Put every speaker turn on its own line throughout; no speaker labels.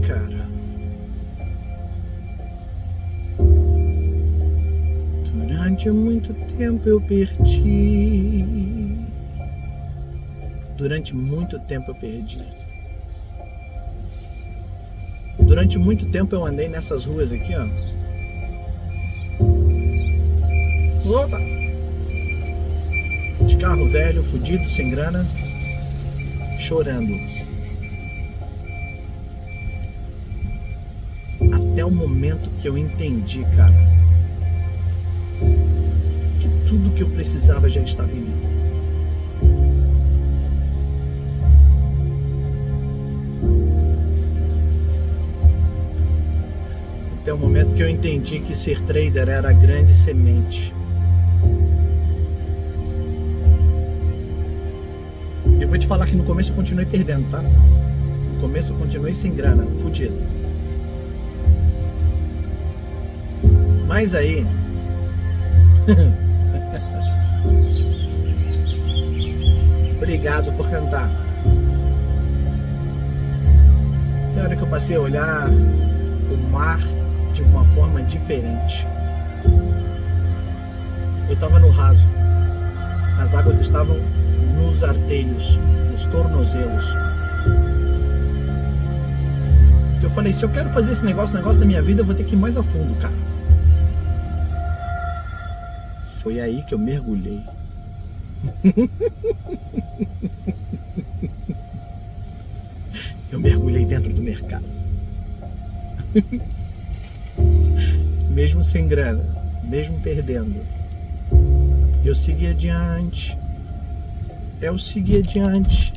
cara. Durante muito tempo eu perdi. Durante muito tempo eu perdi. Durante muito tempo eu andei nessas ruas aqui, ó. Opa! De carro velho, fudido, sem grana, chorando. Até o momento que eu entendi, cara, que tudo que eu precisava já estava em mim. Até o momento que eu entendi que ser trader era a grande semente. Eu vou te falar que no começo eu continuei perdendo, tá? No começo eu continuei sem grana, fudido. Mas aí... Obrigado por cantar. Tem hora que eu passei a olhar o mar de uma forma diferente. Eu estava no raso. As águas estavam nos artelhos, nos tornozelos. Eu falei, se eu quero fazer esse negócio da minha vida, eu vou ter que ir mais a fundo, cara. Foi aí que eu mergulhei. Eu mergulhei dentro do mercado. Mesmo sem grana, mesmo perdendo, eu segui adiante. Eu segui adiante.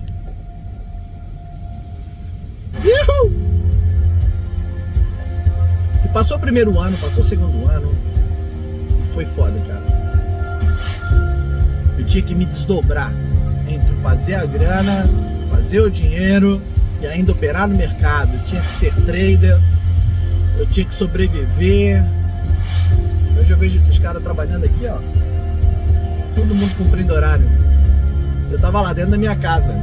Uhul! E passou o primeiro ano, passou o segundo ano. E foi foda, cara. Eu tinha que me desdobrar entre fazer a grana, fazer o dinheiro e ainda operar no mercado. Eu tinha que ser trader. Eu tinha que sobreviver. Hoje eu vejo esses caras trabalhando aqui, ó. Todo mundo cumprindo horário. Eu tava lá dentro da minha casa,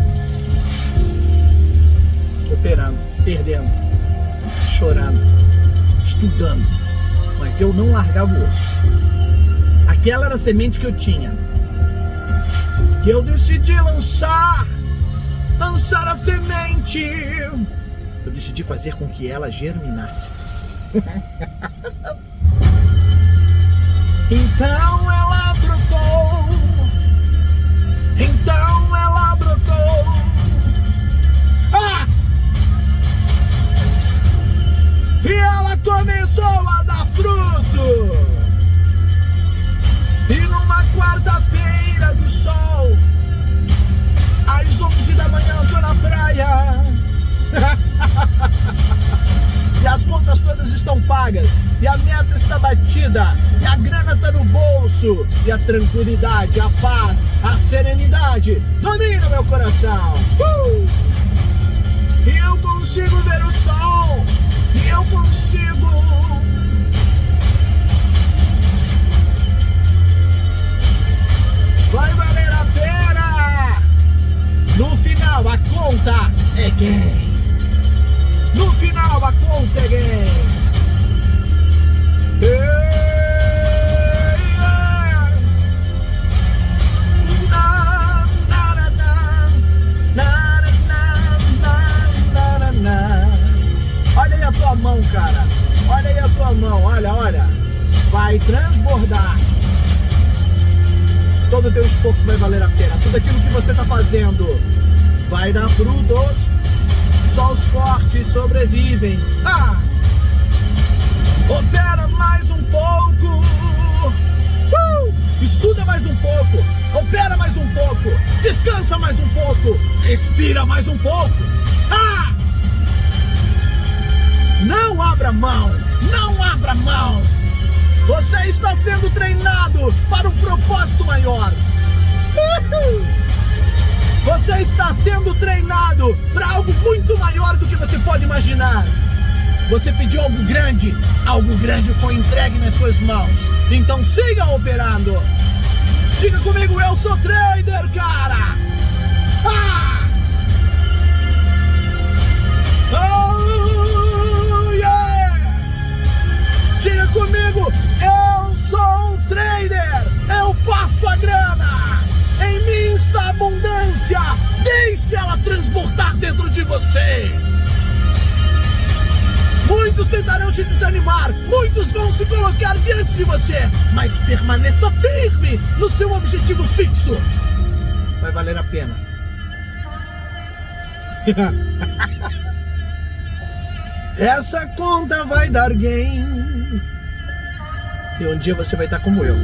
operando, perdendo, chorando, estudando. Mas eu não largava o osso. Aquela era a semente que eu tinha. E eu decidi lançar a semente. Eu decidi fazer com que ela germinasse. Então ela brotou. Então ela brotou. Ah! E ela começou a dar fruto. E numa quarta-feira de sol, às 11 da manhã eu tô na praia. E as contas todas estão pagas, e a meta está batida, e a grana tá no bolso, e a tranquilidade, a paz, a serenidade domina meu coração. E eu consigo ver o sol, e eu consigo... Vai valer a pena! No final a conta é gain. No final a conta é gain. Olha aí a tua mão, cara. Olha aí a tua mão. Olha, olha. Vai transbordar. Todo o teu esforço vai valer a pena. Tudo aquilo que você está fazendo vai dar frutos. Só os fortes sobrevivem. Ah! Opera mais um pouco. Estuda mais um pouco. Opera mais um pouco. Descansa mais um pouco. Respira mais um pouco. Ah! Não abra mão. Não abra mão. Você está sendo treinado para um propósito maior. Você está sendo treinado para algo muito maior do que você pode imaginar. Você pediu algo grande foi entregue nas suas mãos. Então siga operando. Diga comigo, eu sou trader, cara. Ah! Oh! grana. Em mim está a abundância. Deixe ela transbordar dentro de você. Muitos tentarão te desanimar, muitos vão se colocar diante de você, mas permaneça firme no seu objetivo fixo. Vai valer a pena. Essa conta vai dar gain. E um dia você vai estar como eu,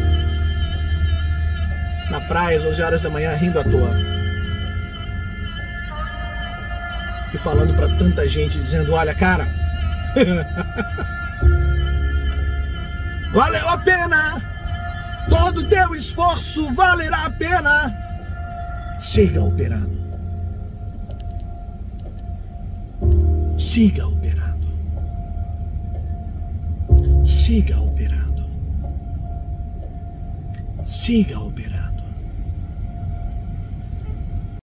na praia às 11 horas da manhã, rindo à toa e falando para tanta gente, dizendo: olha, cara, valeu a pena, todo teu esforço valerá a pena. Siga operando, siga operando, siga operando, siga operando.